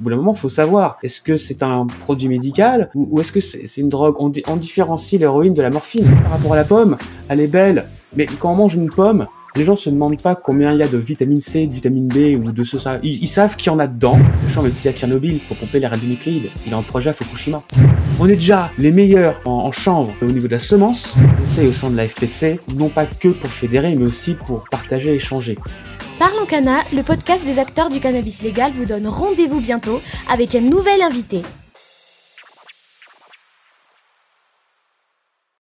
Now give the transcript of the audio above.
Au bout d'un moment, faut savoir, est-ce que c'est un produit médical ou est-ce que c'est une drogue? On différencie l'héroïne de la morphine. Par rapport à la pomme, elle est belle, mais quand on mange une pomme, les gens se demandent pas combien il y a de vitamine C, de vitamine B ou de ça. Ils savent qu'il y en a dedans. Le champ est à Tchernobyl pour pomper les radionucléides. Il est en projet à Fukushima. On est déjà les meilleurs en chanvre au niveau de la semence. On essaie au sein de la FPC, non pas que pour fédérer, mais aussi pour partager et échanger. Parlons Cana, le podcast des acteurs du cannabis légal vous donne rendez-vous bientôt avec un nouvel invité.